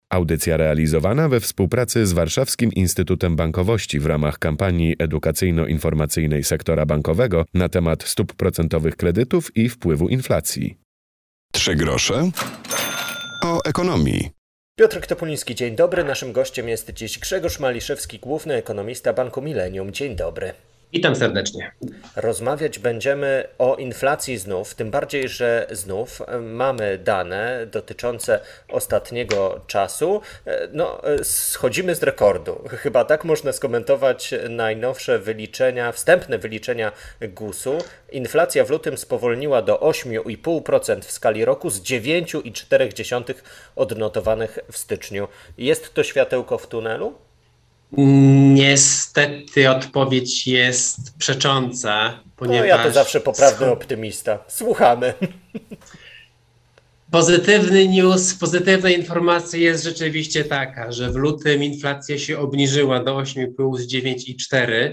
Audycja realizowana we współpracy z Warszawskim Instytutem Bankowości w ramach kampanii edukacyjno-informacyjnej sektora bankowego na temat stóp procentowych kredytów i wpływu inflacji. 3 grosze o ekonomii. Piotr Topuliński, dzień dobry. Naszym gościem jest dziś Grzegorz Maliszewski, główny ekonomista Banku Millennium. Dzień dobry. Witam serdecznie. Rozmawiać będziemy o inflacji znów, tym bardziej, że znów mamy dane dotyczące ostatniego czasu. Schodzimy z rekordu. Chyba tak można skomentować najnowsze wyliczenia, wstępne wyliczenia GUS-u. Inflacja w lutym spowolniła do 8,5% w skali roku z 9,4% odnotowanych w styczniu. Jest to światełko w tunelu? Niestety odpowiedź jest przecząca, ponieważ... ja to zawsze poprawny optymista. Słuchamy. Pozytywny news, pozytywna informacja jest rzeczywiście taka, że w lutym inflacja się obniżyła do 8,5 z 9,4.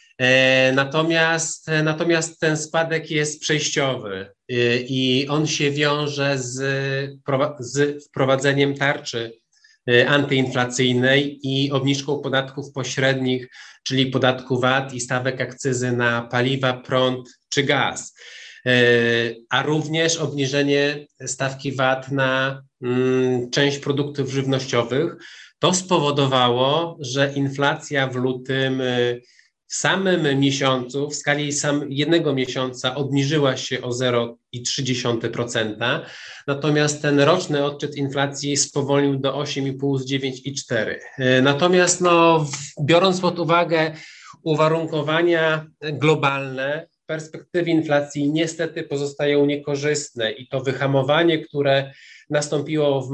Natomiast ten spadek jest przejściowy i on się wiąże z wprowadzeniem tarczy antyinflacyjnej i obniżką podatków pośrednich, czyli podatku VAT i stawek akcyzy na paliwa, prąd czy gaz, a również obniżenie stawki VAT na część produktów żywnościowych. To spowodowało, że inflacja w lutym w samym miesiącu, w skali jednego miesiąca obniżyła się o 0,3%, natomiast ten roczny odczyt inflacji spowolnił do 8,5 z 9,4. Natomiast biorąc pod uwagę uwarunkowania globalne, perspektywy inflacji niestety pozostają niekorzystne i to wyhamowanie, które nastąpiło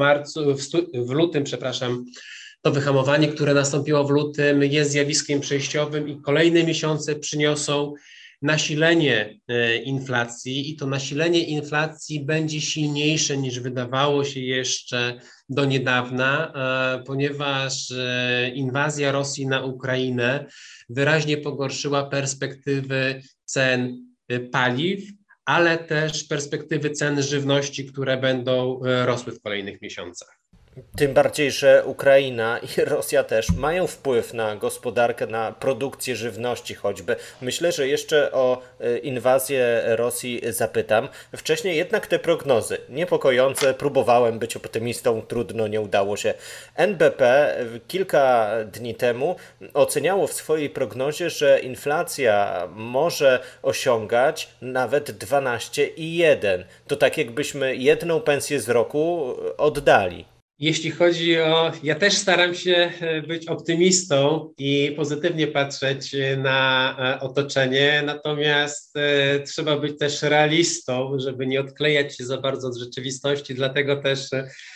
to wyhamowanie, które nastąpiło w lutym, jest zjawiskiem przejściowym i kolejne miesiące przyniosą nasilenie inflacji i to nasilenie inflacji będzie silniejsze niż wydawało się jeszcze do niedawna, ponieważ inwazja Rosji na Ukrainę wyraźnie pogorszyła perspektywy cen paliw, ale też perspektywy cen żywności, które będą rosły w kolejnych miesiącach. Tym bardziej, że Ukraina i Rosja też mają wpływ na gospodarkę, na produkcję żywności choćby. Myślę, że jeszcze o inwazję Rosji zapytam. Wcześniej jednak te prognozy niepokojące. Próbowałem być optymistą, trudno, nie udało się. NBP kilka dni temu oceniało w swojej prognozie, że inflacja może osiągać nawet 12,1. To tak jakbyśmy jedną pensję z roku oddali. Jeśli chodzi ja też staram się być optymistą i pozytywnie patrzeć na otoczenie, natomiast trzeba być też realistą, żeby nie odklejać się za bardzo od rzeczywistości, dlatego też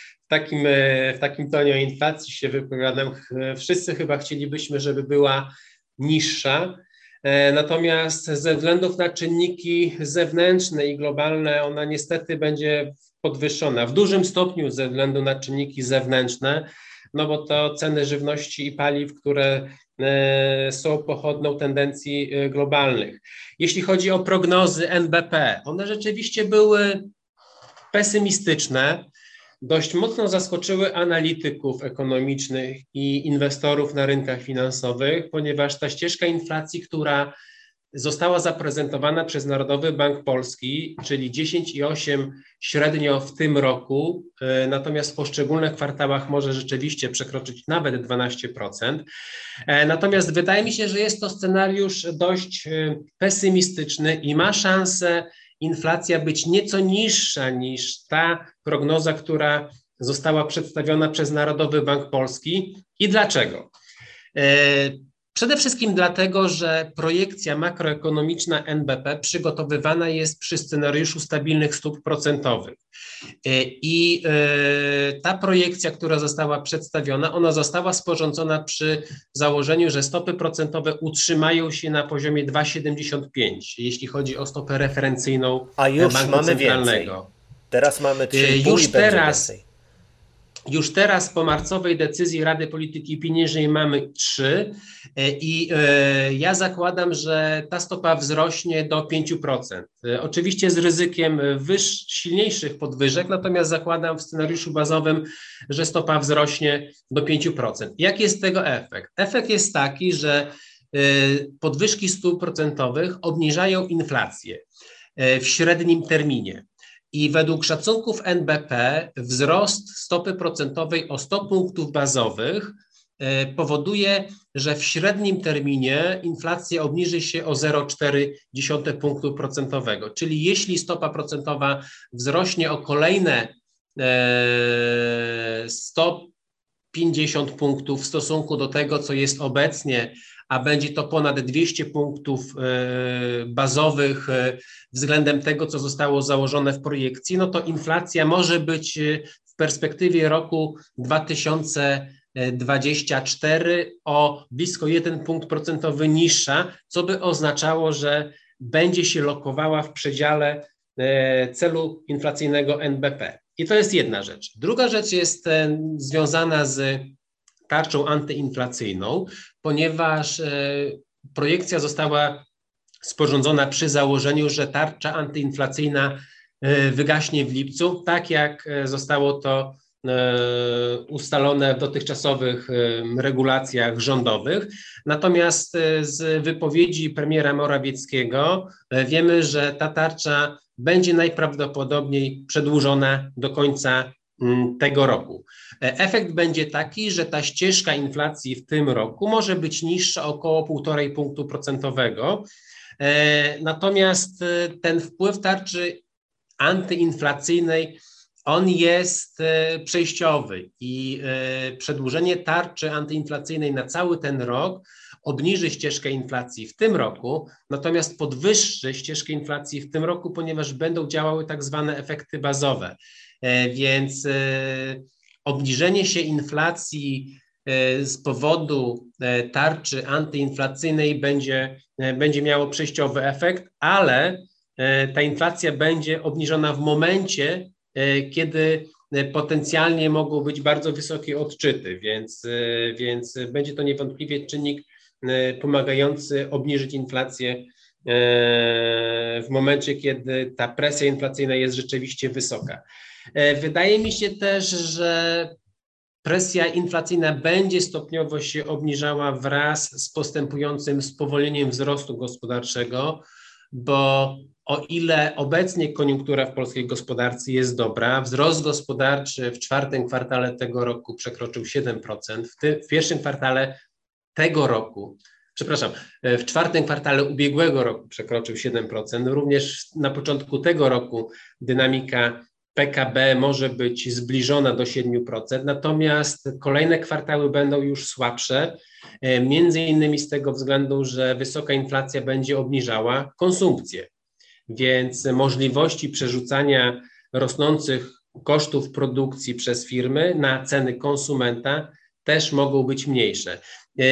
w takim tonie o inflacji się wypowiadam. Wszyscy chyba chcielibyśmy, żeby była niższa, natomiast ze względów na czynniki zewnętrzne i globalne ona niestety będzie podwyższona w dużym stopniu ze względu na czynniki zewnętrzne, bo to ceny żywności i paliw, które są pochodną tendencji globalnych. Jeśli chodzi o prognozy NBP, one rzeczywiście były pesymistyczne, dość mocno zaskoczyły analityków ekonomicznych i inwestorów na rynkach finansowych, ponieważ ta ścieżka inflacji, która została zaprezentowana przez Narodowy Bank Polski, czyli 10,8 średnio w tym roku, natomiast w poszczególnych kwartałach może rzeczywiście przekroczyć nawet 12%. Natomiast wydaje mi się, że jest to scenariusz dość pesymistyczny i ma szansę inflacja być nieco niższa niż ta prognoza, która została przedstawiona przez Narodowy Bank Polski. I dlaczego? Przede wszystkim dlatego, że projekcja makroekonomiczna NBP przygotowywana jest przy scenariuszu stabilnych stóp procentowych. I ta projekcja, która została przedstawiona, ona została sporządzona przy założeniu, że stopy procentowe utrzymają się na poziomie 2,75, jeśli chodzi o stopę referencyjną A już Banku mamy Centralnego. Więcej. Teraz mamy 3,5 już i będzie teraz więcej. Już teraz po marcowej decyzji Rady Polityki Pieniężnej mamy 3 i ja zakładam, że ta stopa wzrośnie do 5%. Oczywiście z ryzykiem silniejszych podwyżek, natomiast zakładam w scenariuszu bazowym, że stopa wzrośnie do 5%. Jaki jest tego efekt? Efekt jest taki, że podwyżki stóp procentowych obniżają inflację w średnim terminie. I według szacunków NBP wzrost stopy procentowej o 100 punktów bazowych powoduje, że w średnim terminie inflacja obniży się o 0,4 punktu procentowego. Czyli jeśli stopa procentowa wzrośnie o kolejne 150 punktów w stosunku do tego, co jest obecnie, a będzie to ponad 200 punktów bazowych względem tego, co zostało założone w projekcji, no to inflacja może być w perspektywie roku 2024 o blisko 1 punkt procentowy niższa, co by oznaczało, że będzie się lokowała w przedziale celu inflacyjnego NBP. I to jest jedna rzecz. Druga rzecz jest związana z tarczą antyinflacyjną, ponieważ projekcja została sporządzona przy założeniu, że tarcza antyinflacyjna wygaśnie w lipcu, tak jak zostało to ustalone w dotychczasowych regulacjach rządowych. Natomiast z wypowiedzi premiera Morawieckiego wiemy, że ta tarcza będzie najprawdopodobniej przedłużona do końca tego roku. Efekt będzie taki, że ta ścieżka inflacji w tym roku może być niższa około 1,5 punktu procentowego. Natomiast ten wpływ tarczy antyinflacyjnej, on jest przejściowy i przedłużenie tarczy antyinflacyjnej na cały ten rok obniży ścieżkę inflacji w tym roku, natomiast podwyższy ścieżkę inflacji w tym roku, ponieważ będą działały tak zwane efekty bazowe. Więc obniżenie się inflacji z powodu tarczy antyinflacyjnej będzie miało przejściowy efekt, ale ta inflacja będzie obniżona w momencie, kiedy potencjalnie mogą być bardzo wysokie odczyty, więc będzie to niewątpliwie czynnik pomagający obniżyć inflację w momencie, kiedy ta presja inflacyjna jest rzeczywiście wysoka. Wydaje mi się też, że presja inflacyjna będzie stopniowo się obniżała wraz z postępującym spowolnieniem wzrostu gospodarczego, bo o ile obecnie koniunktura w polskiej gospodarce jest dobra, wzrost gospodarczy w czwartym kwartale tego roku przekroczył 7%, w pierwszym kwartale tego roku, w czwartym kwartale ubiegłego roku przekroczył 7%, również na początku tego roku dynamika PKB może być zbliżona do 7%, natomiast kolejne kwartały będą już słabsze, między innymi z tego względu, że wysoka inflacja będzie obniżała konsumpcję, więc możliwości przerzucania rosnących kosztów produkcji przez firmy na ceny konsumenta też mogą być mniejsze.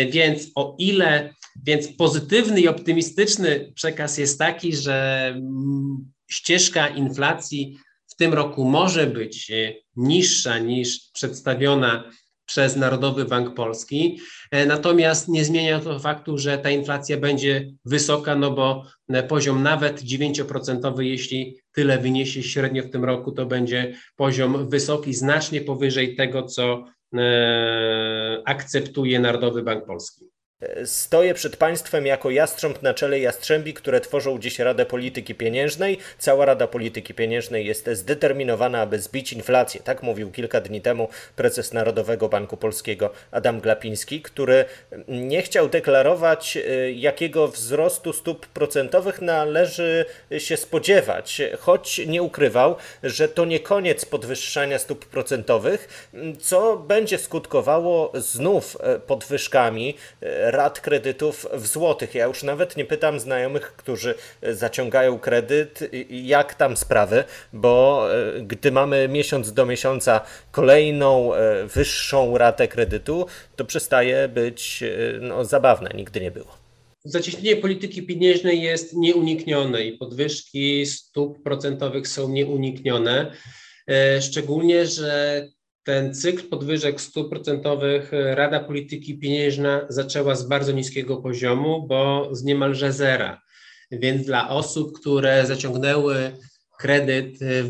Więc pozytywny i optymistyczny przekaz jest taki, że ścieżka inflacji w tym roku może być niższa niż przedstawiona przez Narodowy Bank Polski, natomiast nie zmienia to faktu, że ta inflacja będzie wysoka, no bo poziom nawet 9%, jeśli tyle wyniesie średnio w tym roku, to będzie poziom wysoki, znacznie powyżej tego, co akceptuje Narodowy Bank Polski. Stoję przed Państwem jako jastrząb na czele jastrzębi, które tworzą dziś Radę Polityki Pieniężnej. Cała Rada Polityki Pieniężnej jest zdeterminowana, aby zbić inflację. Tak mówił kilka dni temu prezes Narodowego Banku Polskiego Adam Glapiński, który nie chciał deklarować, jakiego wzrostu stóp procentowych należy się spodziewać, choć nie ukrywał, że to nie koniec podwyższania stóp procentowych, co będzie skutkowało znów podwyżkami rat kredytów w złotych. Ja już nawet nie pytam znajomych, którzy zaciągają kredyt, jak tam sprawy, bo gdy mamy miesiąc do miesiąca kolejną wyższą ratę kredytu, to przestaje być zabawne, nigdy nie było. Zacieśnienie polityki pieniężnej jest nieuniknione i podwyżki stóp procentowych są nieuniknione, szczególnie, że ten cykl podwyżek stóp procentowych Rada Polityki Pieniężnej zaczęła z bardzo niskiego poziomu, bo z niemalże zera. Więc dla osób, które zaciągnęły kredyt w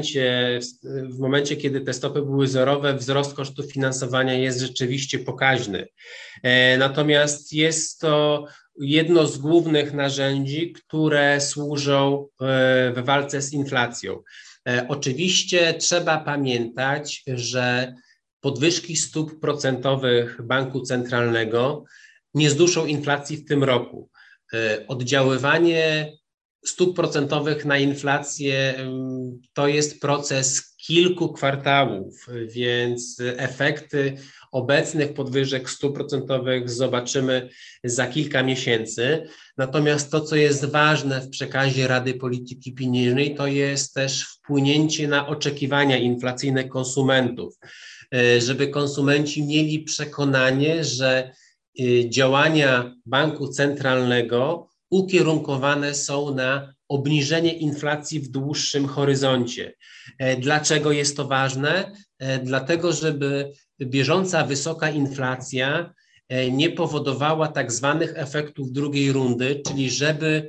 momencie, kiedy te stopy były zerowe, wzrost kosztów finansowania jest rzeczywiście pokaźny. Natomiast jest to jedno z głównych narzędzi, które służą w walce z inflacją. Oczywiście trzeba pamiętać, że podwyżki stóp procentowych Banku Centralnego nie zduszą inflacji w tym roku. Oddziaływanie stóp procentowych na inflację to jest proces kilku kwartałów, więc efekty obecnych podwyżek stóp procentowych zobaczymy za kilka miesięcy. Natomiast to, co jest ważne w przekazie Rady Polityki Pieniężnej, to jest też wpłynięcie na oczekiwania inflacyjne konsumentów, żeby konsumenci mieli przekonanie, że działania Banku Centralnego ukierunkowane są na obniżenie inflacji w dłuższym horyzoncie. Dlaczego jest to ważne? Dlatego, żeby bieżąca wysoka inflacja nie powodowała tak zwanych efektów drugiej rundy, czyli żeby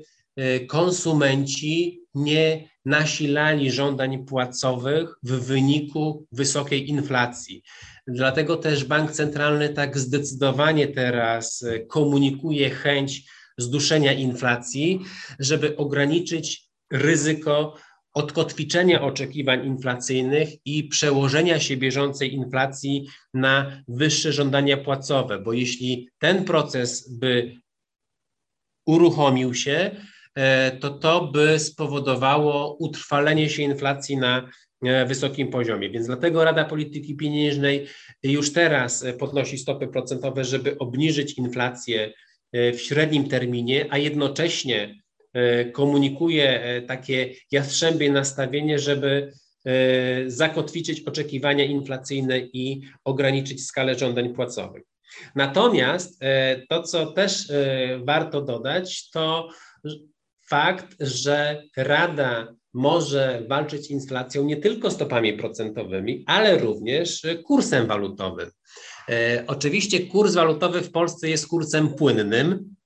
konsumenci nie nasilali żądań płacowych w wyniku wysokiej inflacji. Dlatego też Bank Centralny tak zdecydowanie teraz komunikuje chęć zduszenia inflacji, żeby ograniczyć ryzyko odkotwiczenia oczekiwań inflacyjnych i przełożenia się bieżącej inflacji na wyższe żądania płacowe, bo jeśli ten proces by uruchomił się, to by spowodowało utrwalenie się inflacji na wysokim poziomie. Więc dlatego Rada Polityki Pieniężnej już teraz podnosi stopy procentowe, żeby obniżyć inflację w średnim terminie, a jednocześnie komunikuje takie jastrzębie nastawienie, żeby zakotwiczyć oczekiwania inflacyjne i ograniczyć skalę żądań płacowych. Natomiast to, co też warto dodać, to fakt, że Rada może walczyć z inflacją nie tylko stopami procentowymi, ale również kursem walutowym. Oczywiście kurs walutowy w Polsce jest kursem płynnym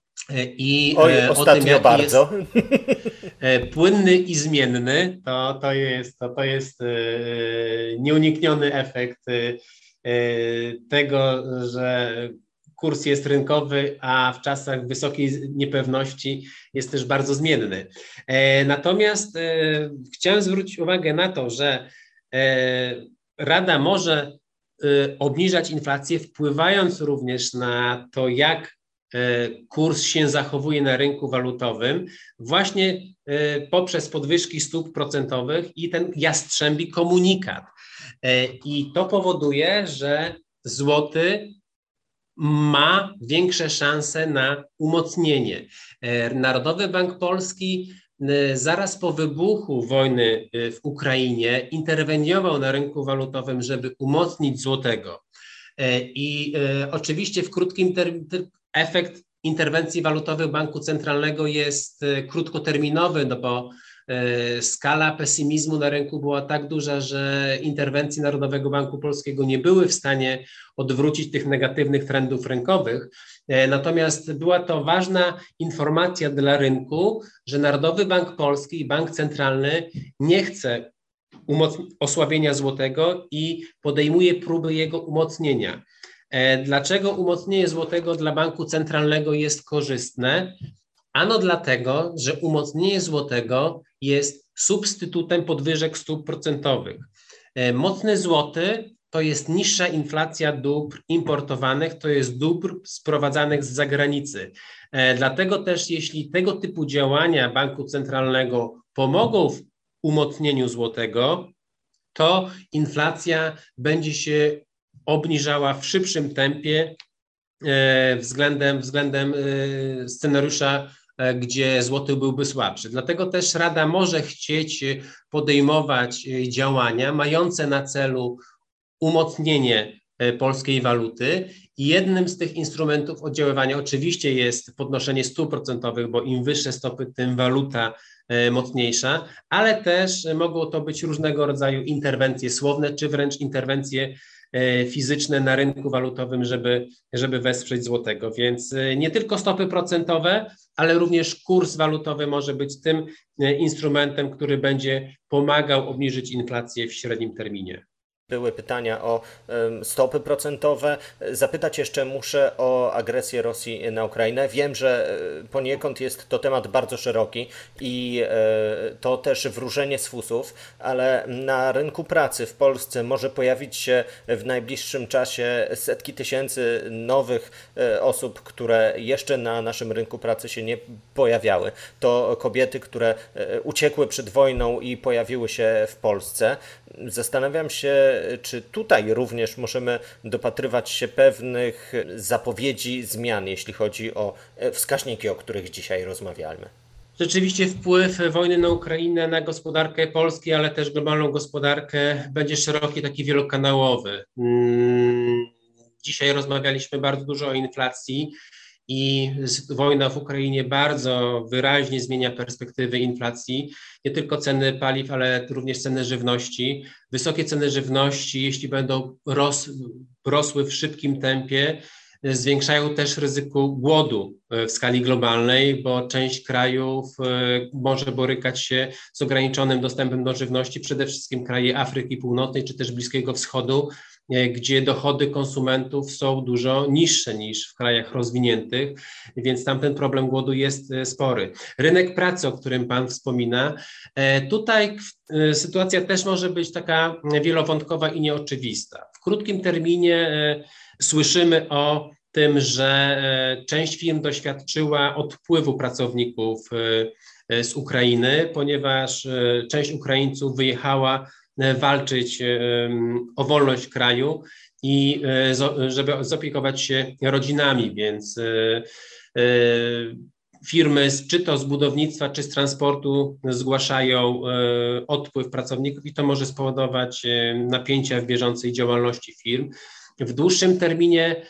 i ostatnio o tym, bardzo. Jest płynny i zmienny, to jest nieunikniony efekt tego, że kurs jest rynkowy, a w czasach wysokiej niepewności jest też bardzo zmienny. Natomiast chciałem zwrócić uwagę na to, że Rada może obniżać inflację, wpływając również na to, jak kurs się zachowuje na rynku walutowym, właśnie poprzez podwyżki stóp procentowych i ten jastrzębi komunikat. I to powoduje, że złoty ma większe szanse na umocnienie. Narodowy Bank Polski zaraz po wybuchu wojny w Ukrainie interweniował na rynku walutowym, żeby umocnić złotego. I oczywiście w krótkim efekt interwencji walutowych Banku Centralnego jest krótkoterminowy, no bo skala pesymizmu na rynku była tak duża, że interwencje Narodowego Banku Polskiego nie były w stanie odwrócić tych negatywnych trendów rynkowych. Natomiast była to ważna informacja dla rynku, że Narodowy Bank Polski i Bank Centralny nie chce osłabienia złotego i podejmuje próby jego umocnienia. Dlaczego umocnienie złotego dla Banku Centralnego jest korzystne? Ano dlatego, że umocnienie złotego jest substytutem podwyżek stóp procentowych. Mocny złoty to jest niższa inflacja dóbr importowanych, to jest dóbr sprowadzanych z zagranicy. Dlatego też jeśli tego typu działania Banku Centralnego pomogą w umocnieniu złotego, to inflacja będzie się obniżała w szybszym tempie względem scenariusza, gdzie złoty byłby słabszy. Dlatego też Rada może chcieć podejmować działania mające na celu umocnienie polskiej waluty i jednym z tych instrumentów oddziaływania oczywiście jest podnoszenie stóp procentowych, bo im wyższe stopy, tym waluta mocniejsza, ale też mogą to być różnego rodzaju interwencje słowne, czy wręcz interwencje fizyczne na rynku walutowym, żeby wesprzeć złotego. Więc nie tylko stopy procentowe, ale również kurs walutowy może być tym instrumentem, który będzie pomagał obniżyć inflację w średnim terminie. Były pytania o stopy procentowe. Zapytać jeszcze muszę o agresję Rosji na Ukrainę. Wiem, że poniekąd jest to temat bardzo szeroki i to też wróżenie z fusów, ale na rynku pracy w Polsce może pojawić się w najbliższym czasie setki tysięcy nowych osób, które jeszcze na naszym rynku pracy się nie pojawiały. To kobiety, które uciekły przed wojną i pojawiły się w Polsce. Zastanawiam się, czy tutaj również możemy dopatrywać się pewnych zapowiedzi zmian, jeśli chodzi o wskaźniki, o których dzisiaj rozmawiamy. Rzeczywiście wpływ wojny na Ukrainę na gospodarkę Polski, ale też globalną gospodarkę będzie szeroki, taki wielokanałowy. Dzisiaj rozmawialiśmy bardzo dużo o inflacji i wojna w Ukrainie bardzo wyraźnie zmienia perspektywy inflacji, nie tylko ceny paliw, ale również ceny żywności. Wysokie ceny żywności, jeśli będą rosły w szybkim tempie, zwiększają też ryzyko głodu w skali globalnej, bo część krajów może borykać się z ograniczonym dostępem do żywności, przede wszystkim kraje Afryki Północnej czy też Bliskiego Wschodu, gdzie dochody konsumentów są dużo niższe niż w krajach rozwiniętych, więc tam ten problem głodu jest spory. Rynek pracy, o którym Pan wspomina, tutaj sytuacja też może być taka wielowątkowa i nieoczywista. W krótkim terminie słyszymy o tym, że część firm doświadczyła odpływu pracowników z Ukrainy, ponieważ część Ukraińców wyjechała walczyć o wolność kraju i żeby zaopiekować się rodzinami, więc firmy czy to z budownictwa, czy z transportu zgłaszają odpływ pracowników i to może spowodować napięcia w bieżącej działalności firm. W dłuższym terminie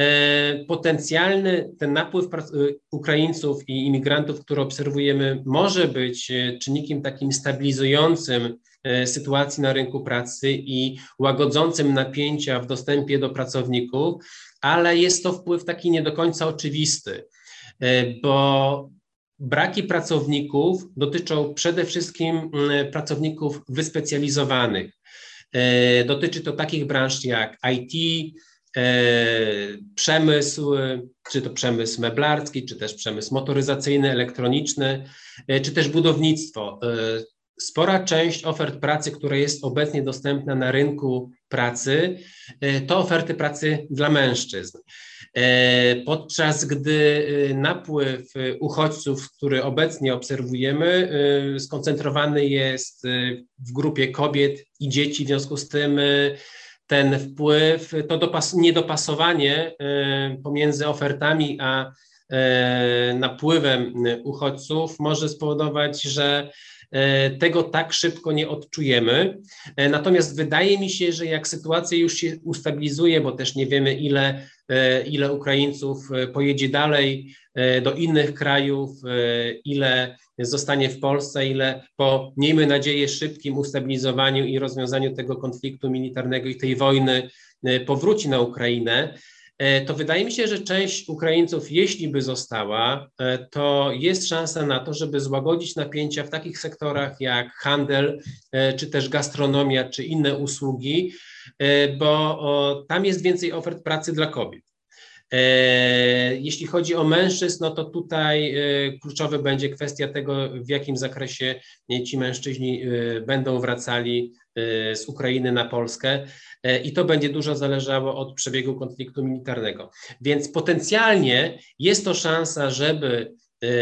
potencjalny ten napływ Ukraińców i imigrantów, który obserwujemy, może być czynnikiem takim stabilizującym sytuacji na rynku pracy i łagodzącym napięcia w dostępie do pracowników, ale jest to wpływ taki nie do końca oczywisty, bo braki pracowników dotyczą przede wszystkim pracowników wyspecjalizowanych. Dotyczy to takich branż jak IT, przemysł, czy to przemysł meblarski, czy też przemysł motoryzacyjny, elektroniczny, czy też budownictwo. Spora część ofert pracy, która jest obecnie dostępna na rynku pracy, to oferty pracy dla mężczyzn. Podczas gdy napływ uchodźców, który obecnie obserwujemy, skoncentrowany jest w grupie kobiet i dzieci, w związku z tym ten wpływ, to niedopasowanie pomiędzy ofertami a napływem uchodźców może spowodować, że tego tak szybko nie odczujemy. Natomiast wydaje mi się, że jak sytuacja już się ustabilizuje, bo też nie wiemy, ile Ukraińców pojedzie dalej do innych krajów, ile zostanie w Polsce, ile po, miejmy nadzieję, szybkim ustabilizowaniu i rozwiązaniu tego konfliktu militarnego i tej wojny powróci na Ukrainę, to wydaje mi się, że część Ukraińców, jeśli by została, to jest szansa na to, żeby złagodzić napięcia w takich sektorach jak handel, czy też gastronomia, czy inne usługi, bo tam jest więcej ofert pracy dla kobiet. Jeśli chodzi o mężczyzn, no to tutaj kluczowa będzie kwestia tego, w jakim zakresie ci mężczyźni będą wracali z Ukrainy na Polskę i to będzie dużo zależało od przebiegu konfliktu militarnego. Więc potencjalnie jest to szansa, żeby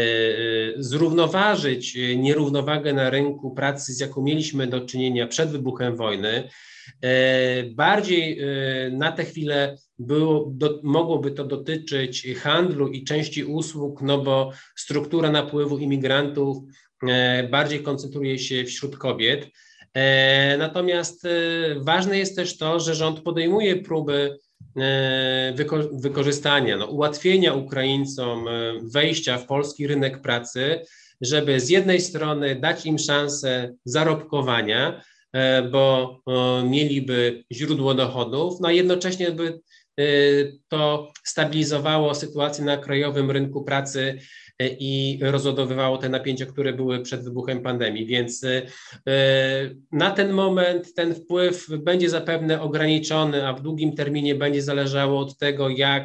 zrównoważyć nierównowagę na rynku pracy, z jaką mieliśmy do czynienia przed wybuchem wojny. Bardziej na tę chwilę mogłoby to dotyczyć handlu i części usług, no bo struktura napływu imigrantów bardziej koncentruje się wśród kobiet. Natomiast ważne jest też to, że rząd podejmuje próby wykorzystania, ułatwienia Ukraińcom wejścia w polski rynek pracy, żeby z jednej strony dać im szansę zarobkowania, bo mieliby źródło dochodów, a jednocześnie by to stabilizowało sytuację na krajowym rynku pracy i rozładowywało te napięcia, które były przed wybuchem pandemii. Więc na ten moment ten wpływ będzie zapewne ograniczony, a w długim terminie będzie zależało od tego,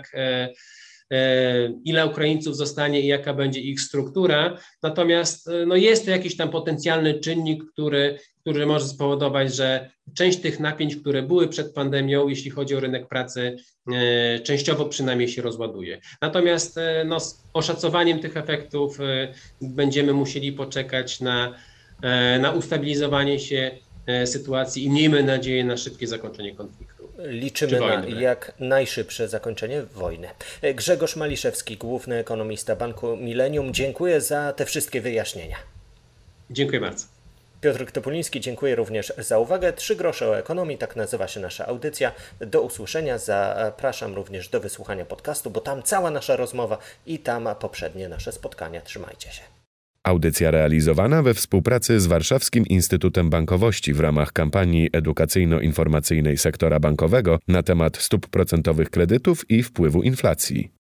ile Ukraińców zostanie i jaka będzie ich struktura. Natomiast jest to jakiś tam potencjalny czynnik, który może spowodować, że część tych napięć, które były przed pandemią, jeśli chodzi o rynek pracy, częściowo przynajmniej się rozładuje. Natomiast z oszacowaniem tych efektów będziemy musieli poczekać na ustabilizowanie się sytuacji i miejmy nadzieję na szybkie zakończenie konfliktu. Liczymy na jak najszybsze zakończenie wojny. Grzegorz Maliszewski, główny ekonomista Banku Millennium, dziękuję za te wszystkie wyjaśnienia. Dziękuję bardzo. Piotr Topuliński, dziękuję również za uwagę. 3 grosze o ekonomii, tak nazywa się nasza audycja. Do usłyszenia. Zapraszam również do wysłuchania podcastu, bo tam cała nasza rozmowa i tam poprzednie nasze spotkania. Trzymajcie się. Audycja realizowana we współpracy z Warszawskim Instytutem Bankowości w ramach kampanii edukacyjno-informacyjnej sektora bankowego na temat stóp procentowych kredytów i wpływu inflacji.